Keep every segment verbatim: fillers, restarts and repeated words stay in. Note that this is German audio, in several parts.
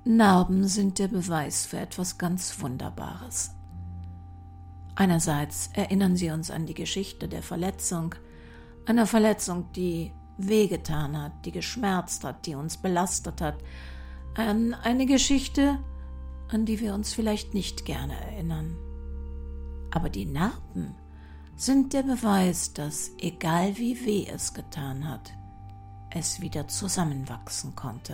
Narben sind der Beweis für etwas ganz Wunderbares. Einerseits erinnern sie uns an die Geschichte der Verletzung, einer Verletzung, die wehgetan hat, die geschmerzt hat, die uns belastet hat, an eine Geschichte, an die wir uns vielleicht nicht gerne erinnern. Aber die Narben sind der Beweis, dass, egal wie weh es getan hat, es wieder zusammenwachsen konnte.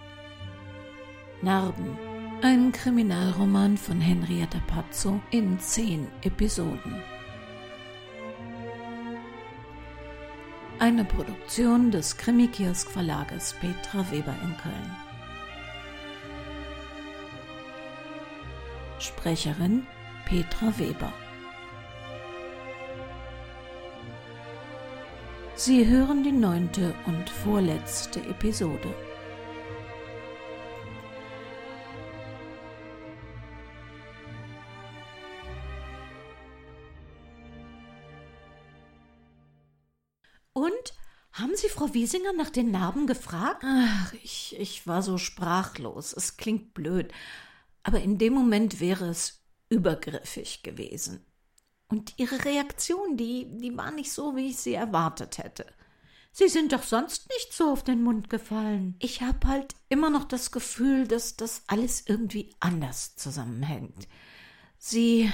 Narben, ein Kriminalroman von Henrietta Pazzo in zehn Episoden. Eine Produktion des Krimi-Kiosk-Verlages Petra Weber in Köln. Sprecherin Petra Weber. Sie hören die neunte und vorletzte Episode. Und? Haben Sie Frau Wiesinger nach den Narben gefragt? Ach, ich, ich war so sprachlos. Es klingt blöd, aber in dem Moment wäre es übergriffig gewesen. Und Ihre Reaktion, die, die war nicht so, wie ich sie erwartet hätte. Sie sind doch sonst nicht so auf den Mund gefallen. Ich habe halt immer noch das Gefühl, dass das alles irgendwie anders zusammenhängt. Sie...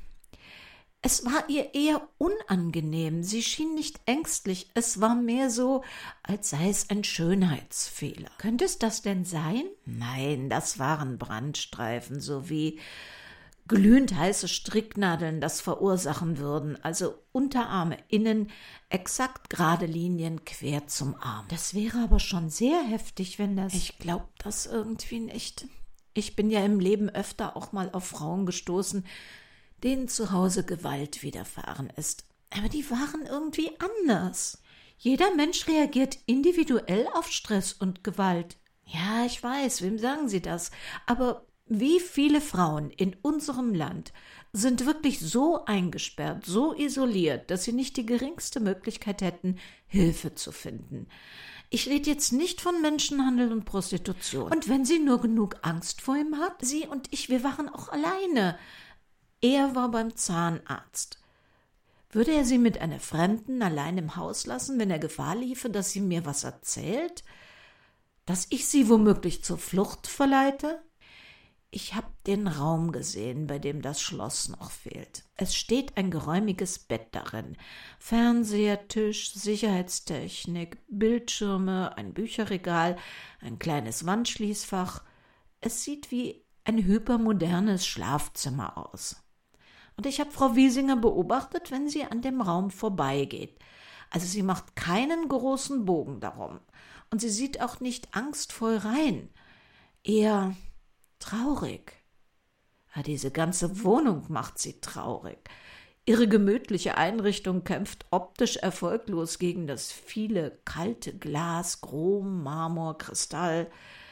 Es war ihr eher unangenehm. Sie schien nicht ängstlich. Es war mehr so, als sei es ein Schönheitsfehler. Könnte es das denn sein? Nein, das waren Brandstreifen sowie glühend heiße Stricknadeln das verursachen würden. Also Unterarme innen, exakt gerade Linien quer zum Arm. Das wäre aber schon sehr heftig, wenn das... Ich glaube das irgendwie nicht. Ich bin ja im Leben öfter auch mal auf Frauen gestoßen, denen zu Hause Gewalt widerfahren ist. Aber die waren irgendwie anders. Jeder Mensch reagiert individuell auf Stress und Gewalt. Ja, ich weiß, wem sagen Sie das? Aber wie viele Frauen in unserem Land sind wirklich so eingesperrt, so isoliert, dass sie nicht die geringste Möglichkeit hätten, Hilfe zu finden? Ich rede jetzt nicht von Menschenhandel und Prostitution. Und wenn sie nur genug Angst vor ihm hat? Sie und ich, wir waren auch alleine. Er war beim Zahnarzt. Würde er sie mit einer Fremden allein im Haus lassen, wenn er Gefahr liefe, dass sie mir was erzählt? Dass ich sie womöglich zur Flucht verleite? Ich habe den Raum gesehen, bei dem das Schloss noch fehlt. Es steht ein geräumiges Bett darin. Fernseher, Tisch, Sicherheitstechnik, Bildschirme, ein Bücherregal, ein kleines Wandschließfach. Es sieht wie ein hypermodernes Schlafzimmer aus. Und ich habe Frau Wiesinger beobachtet, wenn sie an dem Raum vorbeigeht. Also sie macht keinen großen Bogen darum. Und sie sieht auch nicht angstvoll rein. Eher traurig. Ja, diese ganze Wohnung macht sie traurig. Ihre gemütliche Einrichtung kämpft optisch erfolglos gegen das viele kalte Glas, Chrom, Marmor, Kristall.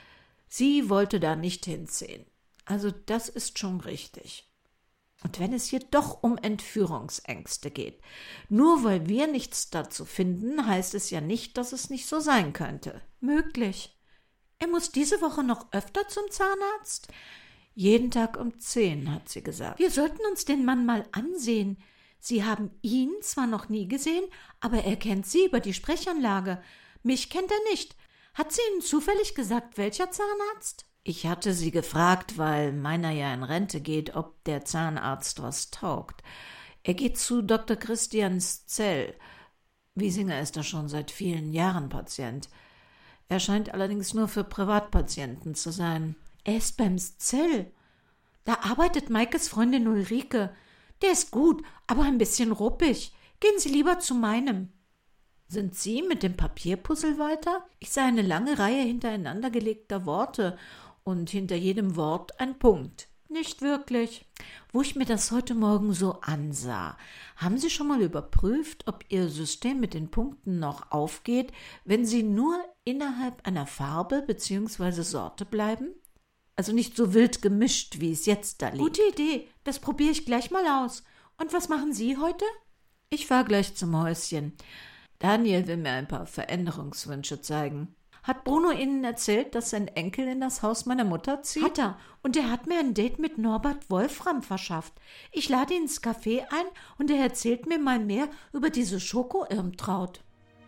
Sie wollte da nicht hinsehen. Also das ist schon richtig. Und wenn es hier doch um Entführungsängste geht, nur weil wir nichts dazu finden, heißt es ja nicht, dass es nicht so sein könnte. Möglich. Er muss diese Woche noch öfter zum Zahnarzt? Jeden Tag um zehn, hat sie gesagt. Wir sollten uns den Mann mal ansehen. Sie haben ihn zwar noch nie gesehen, aber er kennt Sie über die Sprechanlage. Mich kennt er nicht. Hat sie Ihnen zufällig gesagt, welcher Zahnarzt? Ich hatte sie gefragt, weil meiner ja in Rente geht, ob der Zahnarzt was taugt. Er geht zu Doktor Christians Zell. Wiesinger ist da schon seit vielen Jahren Patient. Er scheint allerdings nur für Privatpatienten zu sein. Er ist beim Zell. Da arbeitet Maikes Freundin Ulrike. Der ist gut, aber ein bisschen ruppig. Gehen Sie lieber zu meinem. Sind Sie mit dem Papierpuzzle weiter? Ich sah eine lange Reihe hintereinander gelegter Worte und hinter jedem Wort ein Punkt. Nicht wirklich. Wo ich mir das heute Morgen so ansah, haben Sie schon mal überprüft, ob Ihr System mit den Punkten noch aufgeht, wenn Sie nur innerhalb einer Farbe bzw. Sorte bleiben? Also nicht so wild gemischt, wie es jetzt da liegt. Gute Idee, das probiere ich gleich mal aus. Und was machen Sie heute? Ich fahre gleich zum Häuschen. Daniel will mir ein paar Veränderungswünsche zeigen. Hat Bruno Ihnen erzählt, dass sein Enkel in das Haus meiner Mutter zieht? Hat er. Und er hat mir ein Date mit Norbert Wolfram verschafft. Ich lade ihn ins Café ein und er erzählt mir mal mehr über diese Schoko-Irmtraut.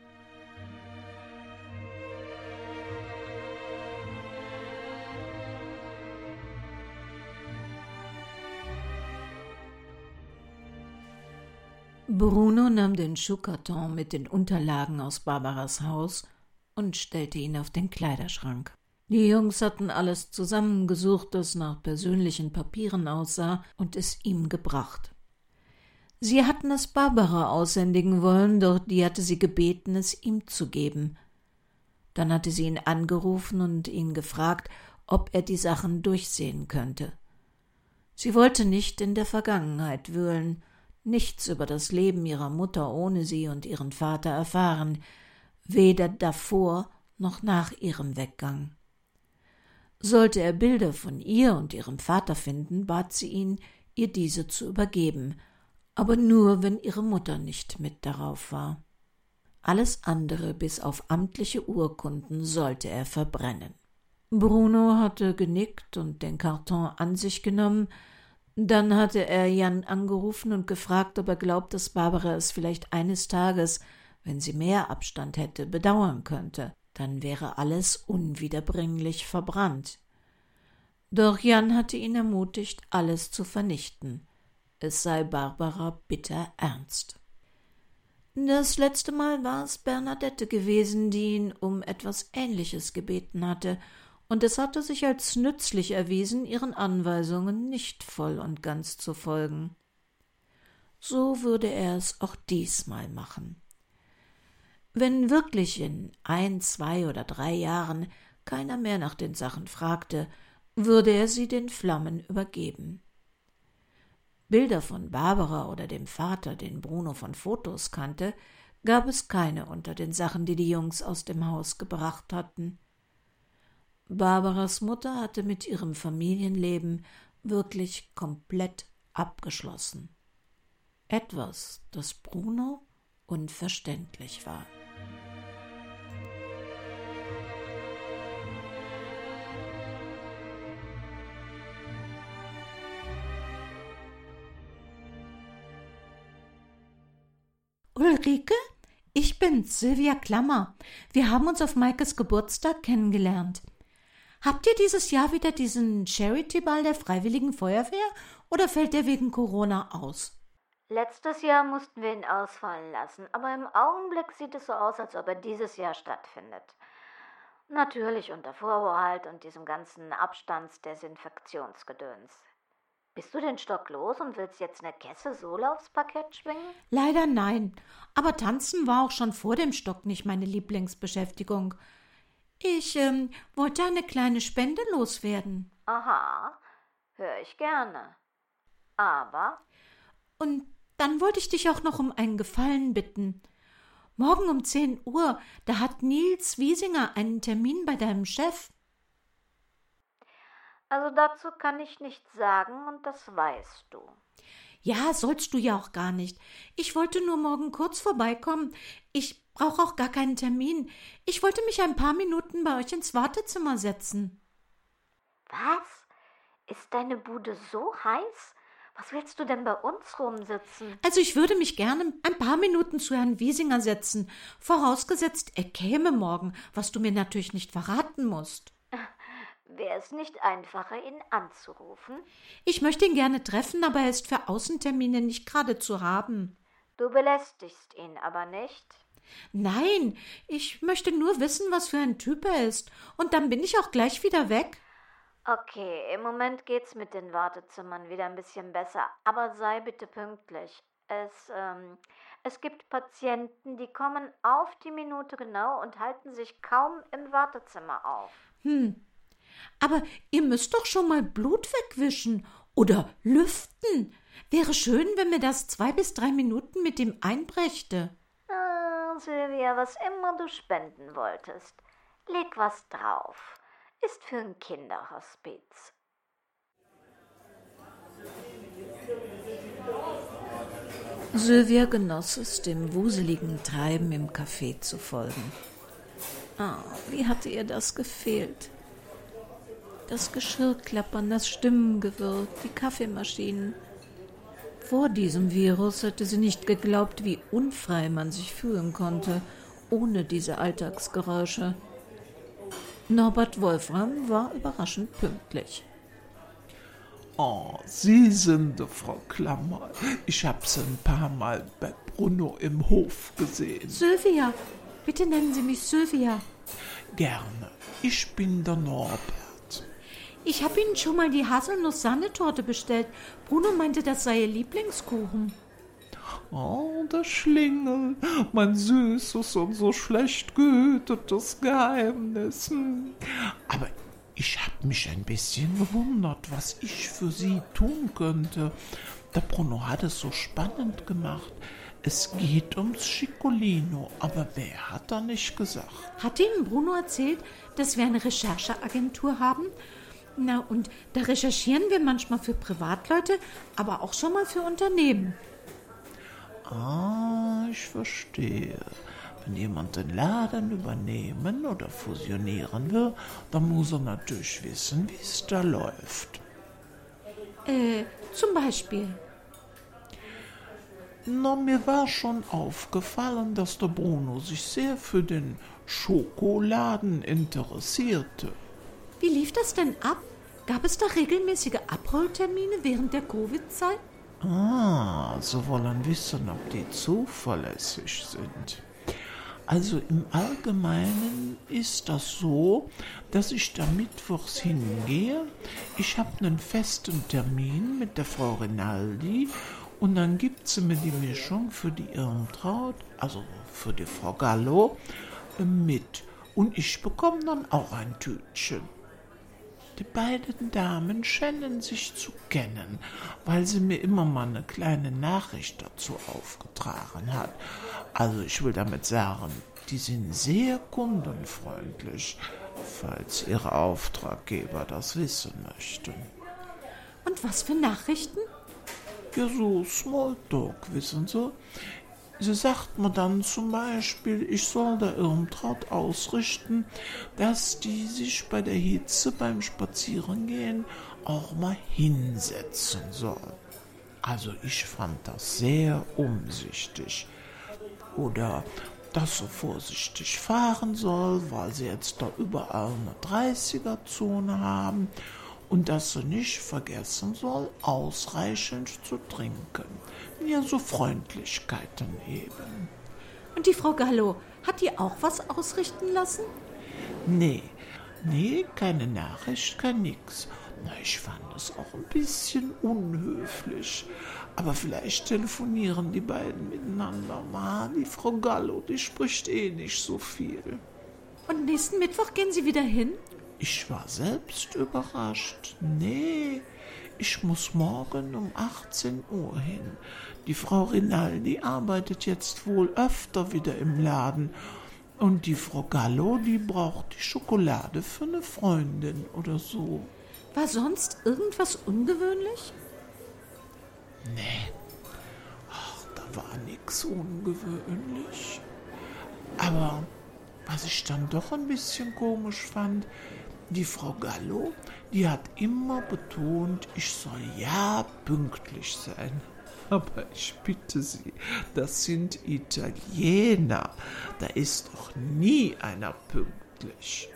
Bruno nahm den Schuhkarton mit den Unterlagen aus Barbaras Haus und stellte ihn auf den Kleiderschrank. Die Jungs hatten alles zusammengesucht, das nach persönlichen Papieren aussah, und es ihm gebracht. Sie hatten es Barbara aushändigen wollen, doch die hatte sie gebeten, es ihm zu geben. Dann hatte sie ihn angerufen und ihn gefragt, ob er die Sachen durchsehen könnte. Sie wollte nicht in der Vergangenheit wühlen, nichts über das Leben ihrer Mutter ohne sie und ihren Vater erfahren, weder davor noch nach ihrem Weggang. Sollte er Bilder von ihr und ihrem Vater finden, bat sie ihn, ihr diese zu übergeben, aber nur, wenn ihre Mutter nicht mit darauf war. Alles andere, bis auf amtliche Urkunden, sollte er verbrennen. Bruno hatte genickt und den Karton an sich genommen. Dann hatte er Jan angerufen und gefragt, ob er glaubt, dass Barbara es vielleicht eines Tages, wenn sie mehr Abstand hätte, bedauern könnte. Dann wäre alles unwiederbringlich verbrannt. Doch Jan hatte ihn ermutigt, alles zu vernichten. Es sei Barbara bitter ernst. Das letzte Mal war es Bernadette gewesen, die ihn um etwas Ähnliches gebeten hatte, und es hatte sich als nützlich erwiesen, ihren Anweisungen nicht voll und ganz zu folgen. So würde er es auch diesmal machen. Wenn wirklich in ein, zwei oder drei Jahren keiner mehr nach den Sachen fragte, würde er sie den Flammen übergeben. Bilder von Barbara oder dem Vater, den Bruno von Fotos kannte, gab es keine unter den Sachen, die die Jungs aus dem Haus gebracht hatten. Barbaras Mutter hatte mit ihrem Familienleben wirklich komplett abgeschlossen. Etwas, das Bruno unverständlich war. Ulrike, ich bin's, Silvia Klammer. Wir haben uns auf Maikes Geburtstag kennengelernt. Habt ihr dieses Jahr wieder diesen Charity-Ball der Freiwilligen Feuerwehr oder fällt der wegen Corona aus? Letztes Jahr mussten wir ihn ausfallen lassen, aber im Augenblick sieht es so aus, als ob er dieses Jahr stattfindet. Natürlich unter Vorbehalt und diesem ganzen Abstandsdesinfektionsgedöns. Bist du den Stock los und willst jetzt eine Kesse Sohle aufs Parkett schwingen? Leider nein, aber tanzen war auch schon vor dem Stock nicht meine Lieblingsbeschäftigung. Ich ähm, wollte eine kleine Spende loswerden. Aha, höre ich gerne. Aber? Und dann wollte ich dich auch noch um einen Gefallen bitten. Morgen um zehn Uhr, da hat Nils Wiesinger einen Termin bei deinem Chef. Also dazu kann ich nichts sagen und das weißt du. Ja, sollst du ja auch gar nicht. Ich wollte nur morgen kurz vorbeikommen. Ich brauche auch gar keinen Termin. Ich wollte mich ein paar Minuten bei euch ins Wartezimmer setzen. Was? Ist deine Bude so heiß? Was willst du denn bei uns rumsitzen? Also ich würde mich gerne ein paar Minuten zu Herrn Wiesinger setzen, vorausgesetzt, er käme morgen, was du mir natürlich nicht verraten musst. Wäre es nicht einfacher, ihn anzurufen? Ich möchte ihn gerne treffen, aber er ist für Außentermine nicht gerade zu haben. Du belästigst ihn aber nicht? Nein, ich möchte nur wissen, was für ein Typ er ist, und dann bin ich auch gleich wieder weg. Okay, im Moment geht's mit den Wartezimmern wieder ein bisschen besser, aber sei bitte pünktlich. Es, ähm, es gibt Patienten, die kommen auf die Minute genau und halten sich kaum im Wartezimmer auf. Hm, aber ihr müsst doch schon mal Blut wegwischen oder lüften. Wäre schön, wenn mir das zwei bis drei Minuten mit ihm einbrächte. Ah, Silvia, was immer du spenden wolltest, leg was drauf. Ist für ein Kinderhospiz. Sylvia genoss es, dem wuseligen Treiben im Café zu folgen. Ah, wie hatte ihr das gefehlt? Das Geschirrklappern, das Stimmengewirr, die Kaffeemaschinen. Vor diesem Virus hätte sie nicht geglaubt, wie unfrei man sich fühlen konnte, ohne diese Alltagsgeräusche. Norbert Wolfram war überraschend pünktlich. Oh, Sie sind die Frau Klammer. Ich habe Sie ein paar Mal bei Bruno im Hof gesehen. Sylvia, bitte nennen Sie mich Sylvia. Gerne. Ich bin der Norbert. Ich habe Ihnen schon mal die Haselnuss-Sahnetorte bestellt. Bruno meinte, das sei Ihr Lieblingskuchen. Oh, der Schlingel, mein süßes und so schlecht gehütetes Geheimnis. Hm. Aber ich habe mich ein bisschen gewundert, was ich für Sie tun könnte. Der Bruno hat es so spannend gemacht. Es geht ums Ciccolino, aber wer hat da nicht gesagt? Hat Ihnen Bruno erzählt, dass wir eine Rechercheagentur haben? Na, und da recherchieren wir manchmal für Privatleute, aber auch schon mal für Unternehmen. Ah, ich verstehe. Wenn jemand den Laden übernehmen oder fusionieren will, dann muss er natürlich wissen, wie es da läuft. Äh, zum Beispiel. Na, mir war schon aufgefallen, dass der Bruno sich sehr für den Schokoladen interessierte. Wie lief das denn ab? Gab es da regelmäßige Abholtermine während der Covid-Zeit? Ah, Sie wollen wissen, ob die zuverlässig sind. Also im Allgemeinen ist das so, dass ich da mittwochs hingehe. Ich habe einen festen Termin mit der Frau Rinaldi und dann gibt sie mir die Mischung für die Irmtraut, also für die Frau Gallo, mit. Und ich bekomme dann auch ein Tütchen. Die beiden Damen scheinen sich zu kennen, weil sie mir immer mal eine kleine Nachricht dazu aufgetragen hat. Also ich will damit sagen, die sind sehr kundenfreundlich, falls ihre Auftraggeber das wissen möchten. Und was für Nachrichten? Ja, so Smalltalk, wissen Sie. Sie sagt mir dann zum Beispiel, ich soll der Irmtraut ausrichten, dass die sich bei der Hitze beim Spazierengehen auch mal hinsetzen soll. Also ich fand das sehr umsichtig. Oder dass sie vorsichtig fahren soll, weil sie jetzt da überall eine dreißiger-Zone haben. Und dass sie nicht vergessen soll, ausreichend zu trinken. Ja, so Freundlichkeiten eben. Und die Frau Gallo, hat die auch was ausrichten lassen? Nee, nee, keine Nachricht, kein nix. Na, ich fand es auch ein bisschen unhöflich. Aber vielleicht telefonieren die beiden miteinander mal. Die Frau Gallo, die spricht eh nicht so viel. Und nächsten Mittwoch gehen Sie wieder hin? Ich war selbst überrascht. Nee, ich muss morgen um achtzehn Uhr hin. Die Frau Rinaldi arbeitet jetzt wohl öfter wieder im Laden. Und die Frau Gallo, die braucht die Schokolade für eine Freundin oder so. War sonst irgendwas ungewöhnlich? Nee, ach, da war nix ungewöhnlich. Aber was ich dann doch ein bisschen komisch fand, die Frau Gallo, die hat immer betont, ich soll ja pünktlich sein. Aber ich bitte Sie, das sind Italiener. Da ist doch nie einer pünktlich.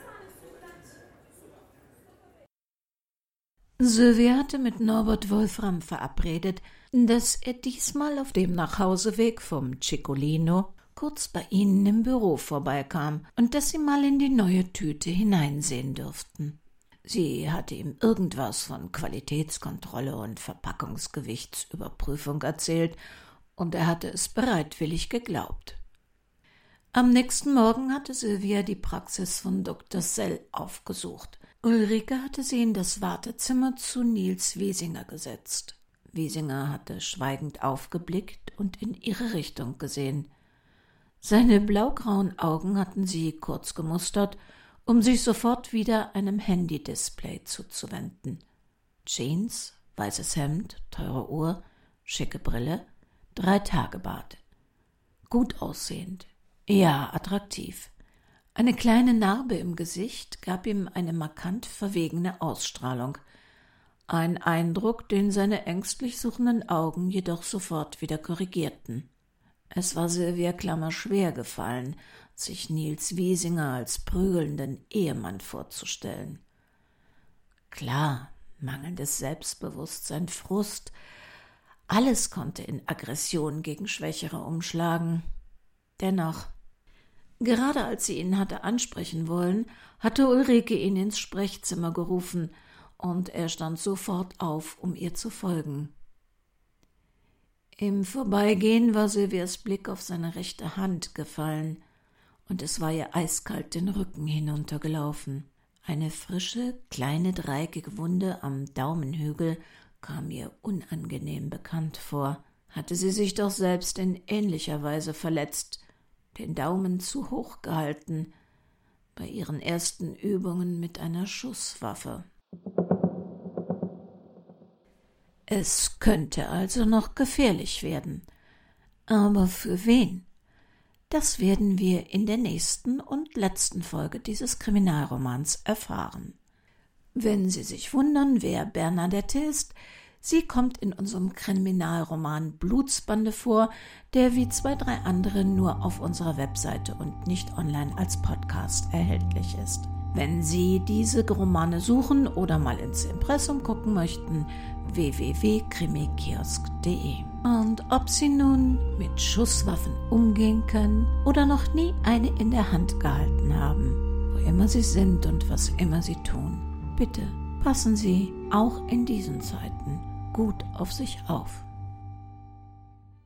Sylvia hatte mit Norbert Wolfram verabredet, dass er diesmal auf dem Nachhauseweg vom Ciccolino kurz bei ihnen im Büro vorbeikam und dass sie mal in die neue Tüte hineinsehen dürften. Sie hatte ihm irgendwas von Qualitätskontrolle und Verpackungsgewichtsüberprüfung erzählt, und er hatte es bereitwillig geglaubt. Am nächsten Morgen hatte Sylvia die Praxis von Doktor Sell aufgesucht. Ulrike hatte sie in das Wartezimmer zu Nils Wiesinger gesetzt. Wiesinger hatte schweigend aufgeblickt und in ihre Richtung gesehen. Seine blaugrauen Augen hatten sie kurz gemustert, um sich sofort wieder einem Handy-Display zuzuwenden. Jeans, weißes Hemd, teure Uhr, schicke Brille, Drei-Tage-Bart. Gut aussehend, ja attraktiv, Eine kleine Narbe im Gesicht gab ihm eine markant verwegene Ausstrahlung. Ein Eindruck, den seine ängstlich suchenden Augen jedoch sofort wieder korrigierten. Es war Sylvia Klammer schwer gefallen, sich Niels Wiesinger als prügelnden Ehemann vorzustellen. Klar, mangelndes Selbstbewusstsein, Frust, alles konnte in Aggression gegen Schwächere umschlagen. Dennoch, gerade als sie ihn hatte ansprechen wollen, hatte Ulrike ihn ins Sprechzimmer gerufen, und er stand sofort auf, um ihr zu folgen. Im Vorbeigehen war Sylvias Blick auf seine rechte Hand gefallen, und es war ihr eiskalt den Rücken hinuntergelaufen. Eine frische, kleine, dreieckige Wunde am Daumenhügel kam ihr unangenehm bekannt vor. Hatte sie sich doch selbst in ähnlicher Weise verletzt, den Daumen zu hoch gehalten, bei ihren ersten Übungen mit einer Schusswaffe. Es könnte also noch gefährlich werden. Aber für wen? Das werden wir in der nächsten und letzten Folge dieses Kriminalromans erfahren. Wenn Sie sich wundern, wer Bernadette ist, sie kommt in unserem Kriminalroman Blutsbande vor, der wie zwei, drei andere nur auf unserer Webseite und nicht online als Podcast erhältlich ist. Wenn Sie diese Romane suchen oder mal ins Impressum gucken möchten, w w w punkt krimikiosk punkt de. Und ob Sie nun mit Schusswaffen umgehen können oder noch nie eine in der Hand gehalten haben, wo immer Sie sind und was immer Sie tun, bitte passen Sie auch in diesen Zeiten gut auf sich auf.